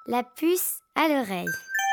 La puce à l'oreille.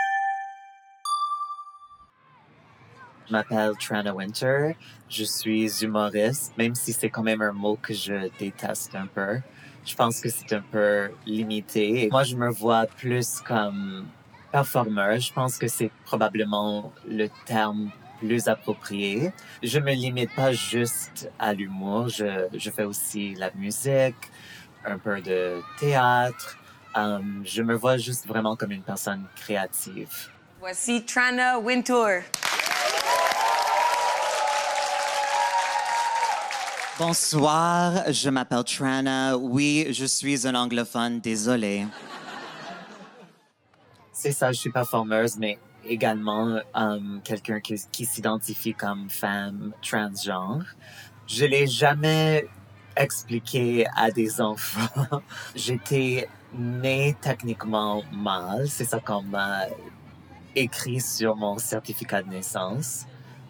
Je m'appelle Trana Winter, je suis humoriste, même si c'est quand même un mot que je déteste un peu. Je pense que c'est un peu limité. Moi, je me vois plus comme performeur. Je pense que c'est probablement le terme plus approprié. Je me limite pas juste à l'humour. Je fais aussi la musique, un peu de théâtre. Je me vois juste vraiment comme une personne créative. Voici Trana Wintour. Bonsoir, je m'appelle Trana. Oui, je suis un anglophone, désolé. C'est ça, je suis performeuse, mais également quelqu'un qui s'identifie comme femme transgenre. Je l'ai jamais expliqué à des enfants. J'étais née techniquement mâle, c'est ça qu'on m'a écrit sur mon certificat de naissance.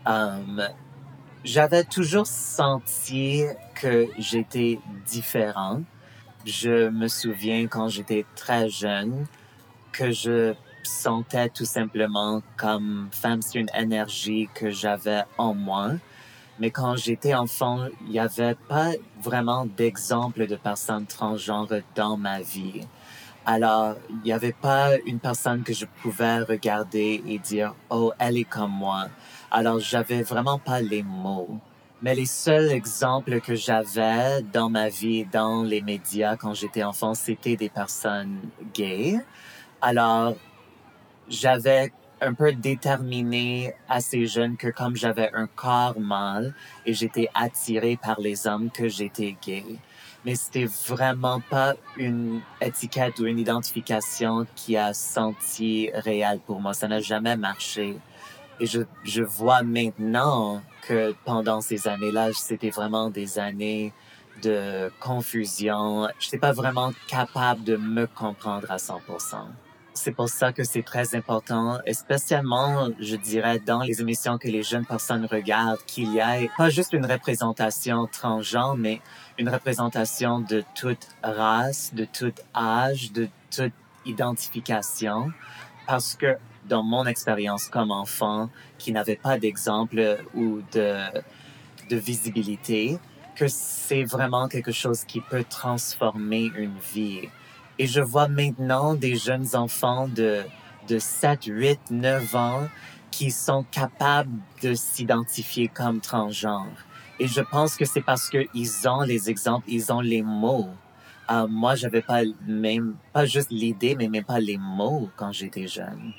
J'avais toujours senti que j'étais différent. Je me souviens quand j'étais très jeune que je sentais tout simplement comme femme, c'est une énergie que j'avais en moi. Mais quand j'étais enfant, il n'y avait pas vraiment d'exemple de personnes transgenres dans ma vie. Alors, il n'y avait pas une personne que je pouvais regarder et dire, oh, elle est comme moi. Alors, j'avais vraiment pas les mots. Mais les seuls exemples que j'avais dans ma vie, dans les médias quand j'étais enfant, c'était des personnes gays. Alors, j'avais un peu déterminé assez jeune que comme j'avais un corps mâle et j'étais attirée par les hommes, que j'étais gay. Mais c'était vraiment pas une étiquette ou une identification qui a senti réel pour moi. Ça n'a jamais marché. Et je vois maintenant que pendant ces années-là, c'était vraiment des années de confusion. Je n'étais pas vraiment capable de me comprendre à 100%. C'est pour ça que c'est très important, et spécialement, je dirais, dans les émissions que les jeunes personnes regardent, qu'il y ait pas juste une représentation transgenre, mais une représentation de toute race, de tout âge, de toute identification. Parce que dans mon expérience comme enfant, qui n'avait pas d'exemple ou de visibilité, que c'est vraiment quelque chose qui peut transformer une vie. Et je vois maintenant des jeunes enfants de 7, 8, 9 ans qui sont capables de s'identifier comme transgenres. Et je pense que c'est parce qu'ils ont les exemples, ils ont les mots. Moi, j'avais pas pas juste l'idée, mais même pas les mots quand j'étais jeune.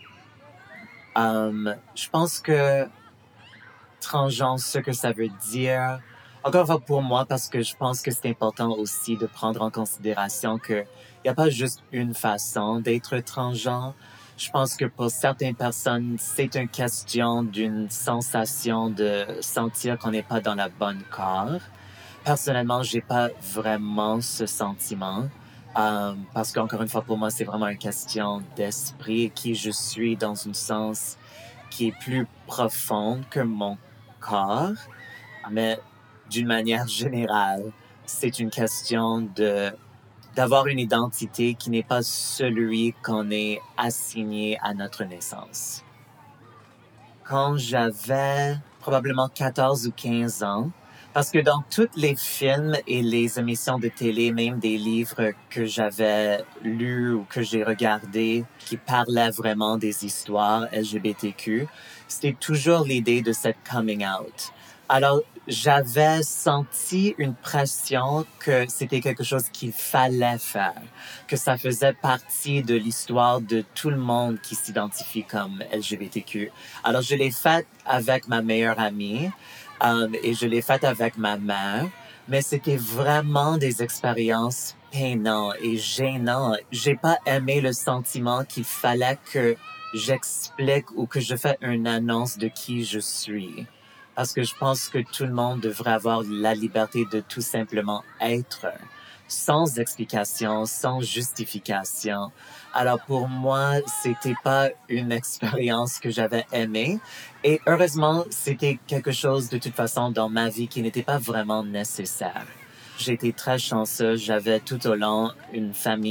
Je pense que transgenre, ce que ça veut dire, encore une fois pour moi, parce que je pense que c'est important aussi de prendre en considération qu'il n'y a pas juste une façon d'être transgenre. Je pense que pour certaines personnes, c'est une question d'une sensation de sentir qu'on n'est pas dans la bonne corps. Personnellement, j'ai pas vraiment ce sentiment. Parce qu'encore une fois, pour moi, c'est vraiment une question d'esprit et qui je suis dans un sens qui est plus profonde que mon corps, mais d'une manière générale, c'est une question d'avoir une identité qui n'est pas celui qu'on est assigné à notre naissance. Quand j'avais probablement 14 ou 15 ans, parce que dans tous les films et les émissions de télé, même des livres que j'avais lus ou que j'ai regardés qui parlaient vraiment des histoires LGBTQ, c'était toujours l'idée de cette coming out. Alors, j'avais senti une pression que c'était quelque chose qu'il fallait faire, que ça faisait partie de l'histoire de tout le monde qui s'identifie comme LGBTQ. Alors, je l'ai fait avec ma meilleure amie et je l'ai fait avec ma mère, mais c'était vraiment des expériences peinantes et gênantes. J'ai pas aimé le sentiment qu'il fallait que j'explique ou que je fasse une annonce de qui je suis. Parce que je pense que tout le monde devrait avoir la liberté de tout simplement être, sans explication, sans justification. Alors pour moi, c'était pas une expérience que j'avais aimée. Et heureusement, c'était quelque chose de toute façon dans ma vie qui n'était pas vraiment nécessaire. J'ai été très chanceuse. J'avais tout au long une famille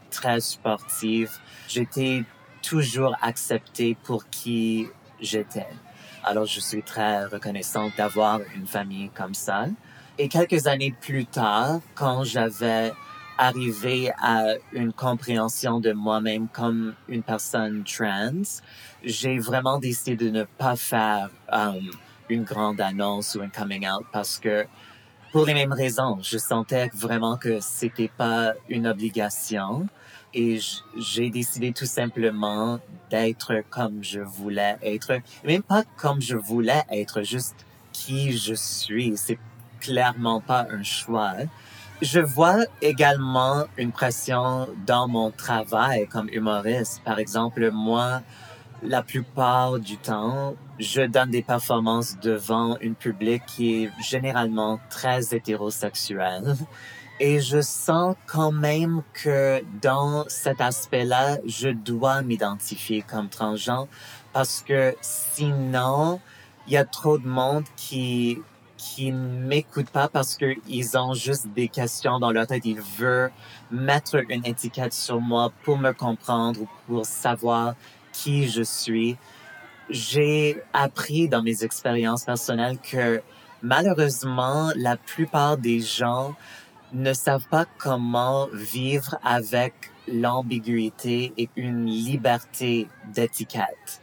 très sportive. J'étais toujours acceptée pour qui j'étais. Alors, je suis très reconnaissante d'avoir une famille comme ça. Et quelques années plus tard, quand j'avais arrivé à une compréhension de moi-même comme une personne trans, j'ai vraiment décidé de ne pas faire une grande annonce ou un coming out parce que pour les mêmes raisons, je sentais vraiment que c'était pas une obligation et j'ai décidé tout simplement d'être comme je voulais être, même pas comme je voulais être, juste qui je suis. C'est clairement pas un choix. Je vois également une pression dans mon travail comme humoriste. Par exemple, moi, la plupart du temps, je donne des performances devant un public qui est généralement très hétérosexuel. Et je sens quand même que dans cet aspect-là, je dois m'identifier comme transgenre parce que sinon, il y a trop de monde qui ne m'écoutent pas parce qu'ils ont juste des questions dans leur tête. Ils veulent mettre une étiquette sur moi pour me comprendre ou pour savoir qui je suis. J'ai appris dans mes expériences personnelles que malheureusement, la plupart des gens ne savent pas comment vivre avec l'ambiguïté et une liberté d'étiquette.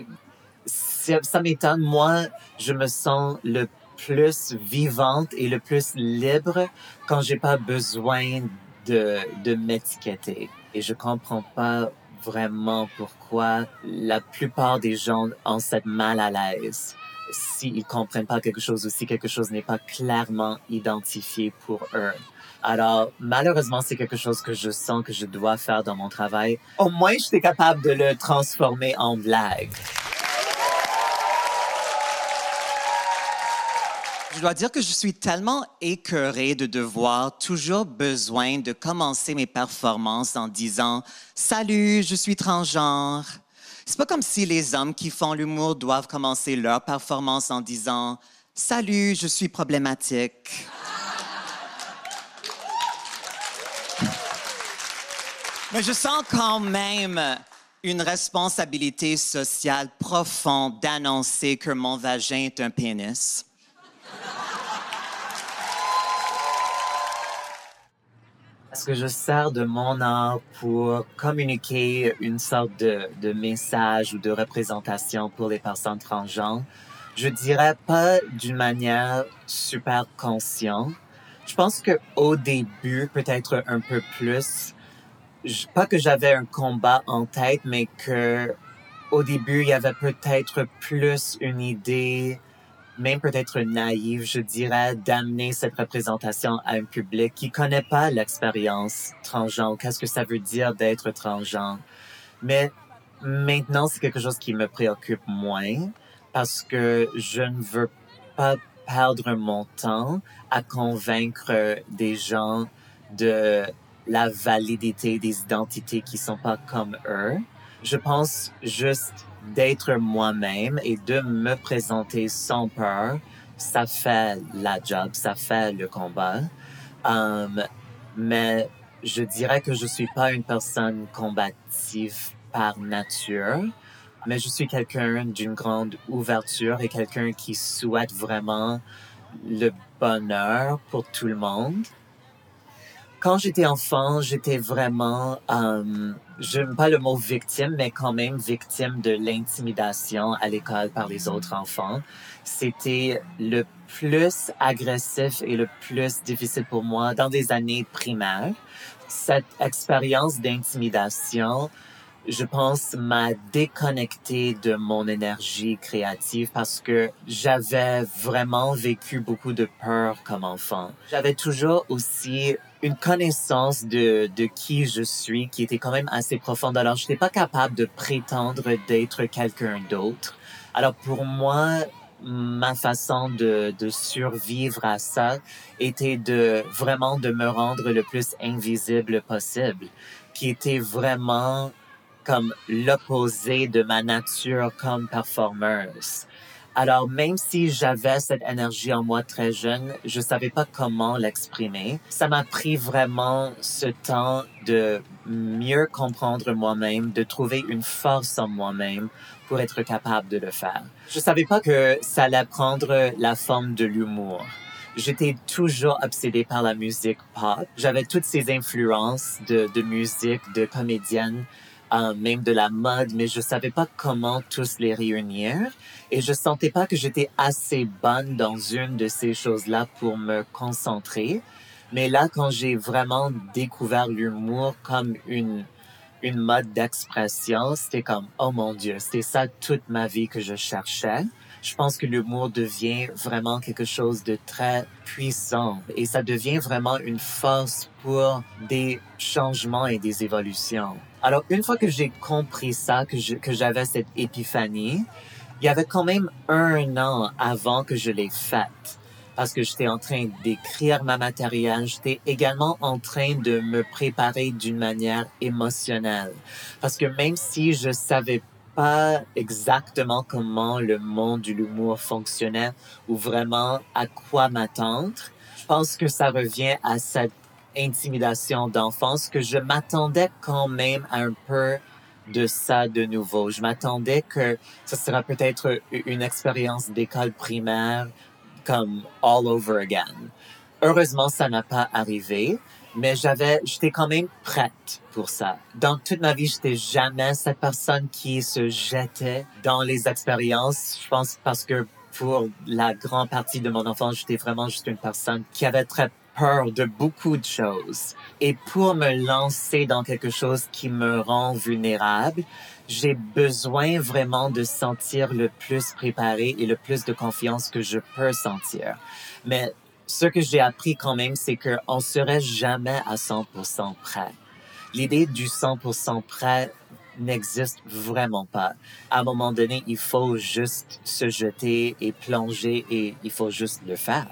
Ça m'étonne. Moi, je me sens le plus vivante et le plus libre quand j'ai pas besoin de m'étiqueter. Et je comprends pas vraiment pourquoi la plupart des gens ont cette mal à l'aise s'ils comprennent pas quelque chose ou si quelque chose n'est pas clairement identifié pour eux. Alors, malheureusement, c'est quelque chose que je sens que je dois faire dans mon travail. Au moins, j'étais capable de le transformer en blague. Je dois dire que je suis tellement écœurée de devoir toujours besoin de commencer mes performances en disant « Salut, je suis transgenre ». C'est pas comme si les hommes qui font l'humour doivent commencer leur performance en disant « Salut, je suis problématique ». Mais je sens quand même une responsabilité sociale profonde d'annoncer que mon vagin est un pénis. Parce que je sers de mon art pour communiquer une sorte de message ou de représentation pour les personnes transgenres. Je dirais pas d'une manière super consciente. Je pense que au début, peut-être un peu plus, pas que j'avais un combat en tête, mais que au début, il y avait peut-être plus une idée, même peut-être naïve, je dirais, d'amener cette représentation à un public qui connaît pas l'expérience transgenre. Qu'est-ce que ça veut dire d'être transgenre? Mais maintenant, c'est quelque chose qui me préoccupe moins parce que je ne veux pas perdre mon temps à convaincre des gens de la validité des identités qui sont pas comme eux. Je pense juste d'être moi-même et de me présenter sans peur, ça fait la job, ça fait le combat. Mais je dirais que je suis pas une personne combative par nature, mais je suis quelqu'un d'une grande ouverture et quelqu'un qui souhaite vraiment le bonheur pour tout le monde. Quand j'étais enfant, j'étais vraiment, j'aime pas le mot victime, mais quand même victime de l'intimidation à l'école par les autres enfants. C'était le plus agressif et le plus difficile pour moi dans des années primaires. Cette expérience d'intimidation, je pense, m'a déconnecté de mon énergie créative parce que j'avais vraiment vécu beaucoup de peur comme enfant. J'avais toujours aussi une connaissance de qui je suis qui était quand même assez profonde. Alors, je n'étais pas capable de prétendre d'être quelqu'un d'autre. Alors, pour moi, ma façon de survivre à ça était vraiment de me rendre le plus invisible possible, qui était vraiment comme l'opposé de ma nature comme performeuse. Alors, même si j'avais cette énergie en moi très jeune, je savais pas comment l'exprimer. Ça m'a pris vraiment ce temps de mieux comprendre moi-même, de trouver une force en moi-même pour être capable de le faire. Je savais pas que ça allait prendre la forme de l'humour. J'étais toujours obsédée par la musique pop. J'avais toutes ces influences de musique, de comédienne, même de la mode, mais je savais pas comment tous les réunir. Et je sentais pas que j'étais assez bonne dans une de ces choses-là pour me concentrer. Mais là, quand j'ai vraiment découvert l'humour comme une mode d'expression, c'était comme, oh mon Dieu, c'était ça toute ma vie que je cherchais. Je pense que l'humour devient vraiment quelque chose de très puissant et ça devient vraiment une force pour des changements et des évolutions. Alors, une fois que j'ai compris ça, que j'avais cette épiphanie, il y avait quand même 1 an avant que je l'ai faite. Parce que j'étais en train d'écrire ma matériel, j'étais également en train de me préparer d'une manière émotionnelle. Parce que même si je savais pas exactement comment le monde de l'humour fonctionnait ou vraiment à quoi m'attendre, je pense que ça revient à cette intimidation d'enfance que je m'attendais quand même à un peu de ça de nouveau. Je m'attendais que ce sera peut-être une expérience d'école primaire comme all over again. Heureusement, ça n'a pas arrivé, mais j'étais quand même prête pour ça. Dans toute ma vie, j'étais jamais cette personne qui se jetait dans les expériences. Je pense parce que pour la grande partie de mon enfance, j'étais vraiment juste une personne qui avait très peur de beaucoup de choses. Et pour me lancer dans quelque chose qui me rend vulnérable, j'ai besoin vraiment de sentir le plus préparé et le plus de confiance que je peux sentir. Mais ce que j'ai appris quand même, c'est qu'on serait jamais à 100% prêt. L'idée du 100% prêt n'existe vraiment pas. À un moment donné, il faut juste se jeter et plonger et il faut juste le faire.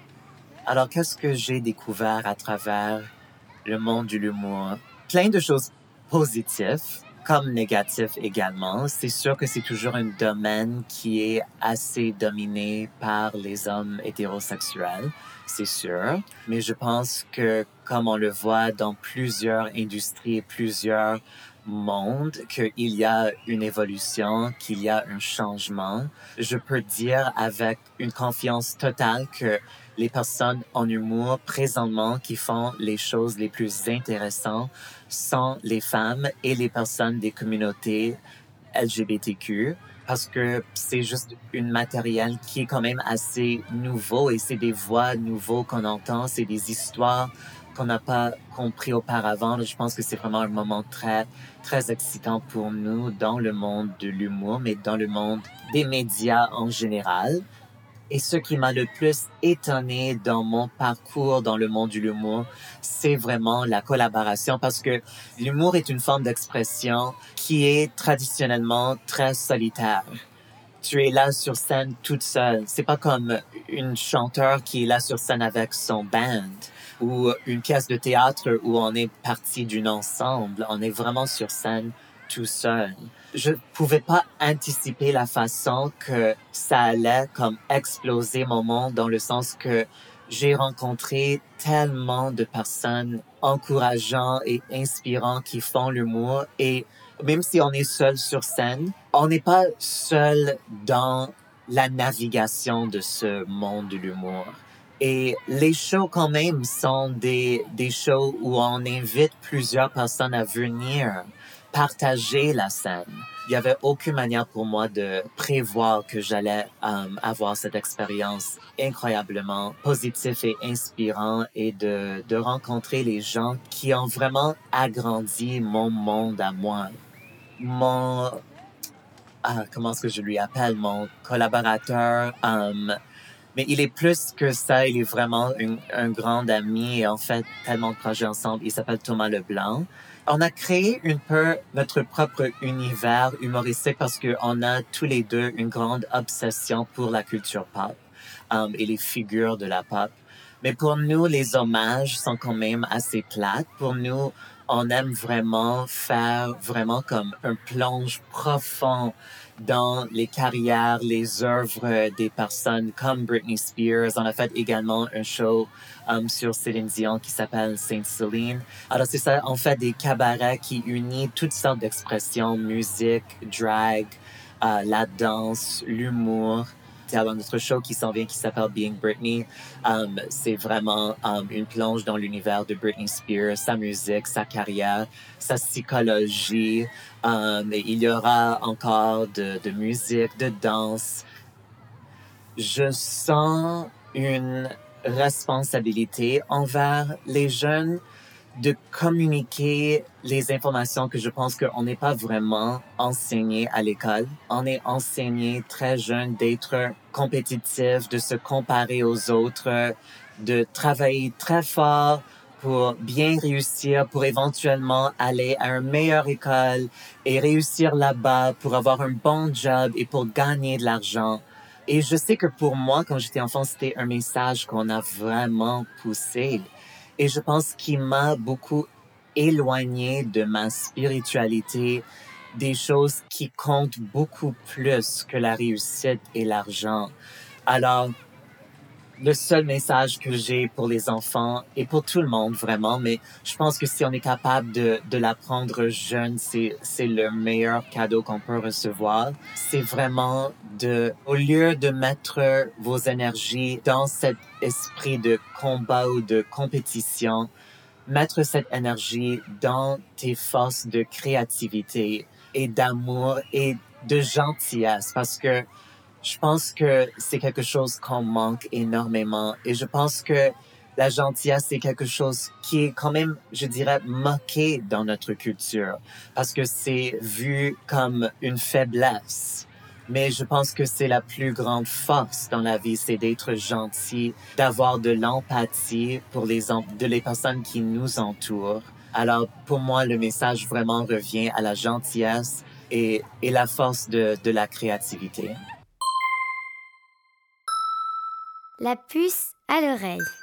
Alors, qu'est-ce que j'ai découvert à travers le monde de l'humour? Plein de choses positives, comme négatives également. C'est sûr que c'est toujours un domaine qui est assez dominé par les hommes hétérosexuels, c'est sûr. Mais je pense que, comme on le voit dans plusieurs industries et plusieurs mondes, qu'il y a une évolution, qu'il y a un changement. Je peux dire avec une confiance totale que les personnes en humour présentement qui font les choses les plus intéressantes sont les femmes et les personnes des communautés LGBTQ parce que c'est juste une matériel qui est quand même assez nouveau et c'est des voix nouveaux qu'on entend, c'est des histoires qu'on n'a pas compris auparavant. Je pense que c'est vraiment un moment très, très excitant pour nous dans le monde de l'humour, mais dans le monde des médias en général. Et ce qui m'a le plus étonné dans mon parcours dans le monde de l'humour, c'est vraiment la collaboration parce que l'humour est une forme d'expression qui est traditionnellement très solitaire. Tu es là sur scène toute seule. C'est pas comme une chanteur qui est là sur scène avec son band ou une pièce de théâtre où on est partie d'un ensemble. On est vraiment sur scène tout seul. Je pouvais pas anticiper la façon que ça allait comme exploser mon monde dans le sens que j'ai rencontré tellement de personnes encourageantes et inspirantes qui font l'humour et même si on est seul sur scène, on n'est pas seul dans la navigation de ce monde de l'humour. Et les shows quand même sont des shows où on invite plusieurs personnes à venir partager la scène. Il y avait aucune manière pour moi de prévoir que j'allais avoir cette expérience incroyablement positive et inspirante et de rencontrer les gens qui ont vraiment agrandi mon monde à moi. Comment est-ce que je lui appelle, mon collaborateur, mais il est plus que ça, il est vraiment un grand ami et en fait tellement de projets ensemble. Il s'appelle Thomas Leblanc. On a créé un peu notre propre univers humoristique parce qu'on a tous les deux une grande obsession pour la culture pop et les figures de la pop. Mais pour nous, les hommages sont quand même assez plates. Pour nous, on aime vraiment faire vraiment comme un plonge profond dans les carrières, les œuvres des personnes comme Britney Spears. On a fait également un show sur Céline Dion qui s'appelle Saint Celine. Alors c'est ça, on fait des cabarets qui unissent toutes sortes d'expressions, musique, drag, la danse, l'humour. Alors, notre show qui s'en vient, qui s'appelle Being Britney, c'est vraiment une plonge dans l'univers de Britney Spears, sa musique, sa carrière, sa psychologie. Et il y aura encore de musique, de danse. Je sens une responsabilité envers les jeunes de communiquer les informations que je pense qu'on n'est pas vraiment enseigné à l'école. On est enseigné très jeune d'être compétitif, de se comparer aux autres, de travailler très fort pour bien réussir, pour éventuellement aller à une meilleure école et réussir là-bas pour avoir un bon job et pour gagner de l'argent. Et je sais que pour moi, quand j'étais enfant, c'était un message qu'on a vraiment poussé. Et je pense qu'il m'a beaucoup éloigné de ma spiritualité, des choses qui comptent beaucoup plus que la réussite et l'argent. Alors, le seul message que j'ai pour les enfants et pour tout le monde vraiment, mais je pense que si on est capable de l'apprendre jeune, c'est le meilleur cadeau qu'on peut recevoir. C'est vraiment au lieu de mettre vos énergies dans cet esprit de combat ou de compétition, mettre cette énergie dans tes forces de créativité et d'amour et de gentillesse parce que je pense que c'est quelque chose qu'on manque énormément et je pense que la gentillesse, c'est quelque chose qui est quand même, je dirais, moqué dans notre culture parce que c'est vu comme une faiblesse. Mais je pense que c'est la plus grande force dans la vie, c'est d'être gentil, d'avoir de l'empathie pour les personnes qui nous entourent. Alors, pour moi, le message vraiment revient à la gentillesse et la force de la créativité. La puce à l'oreille.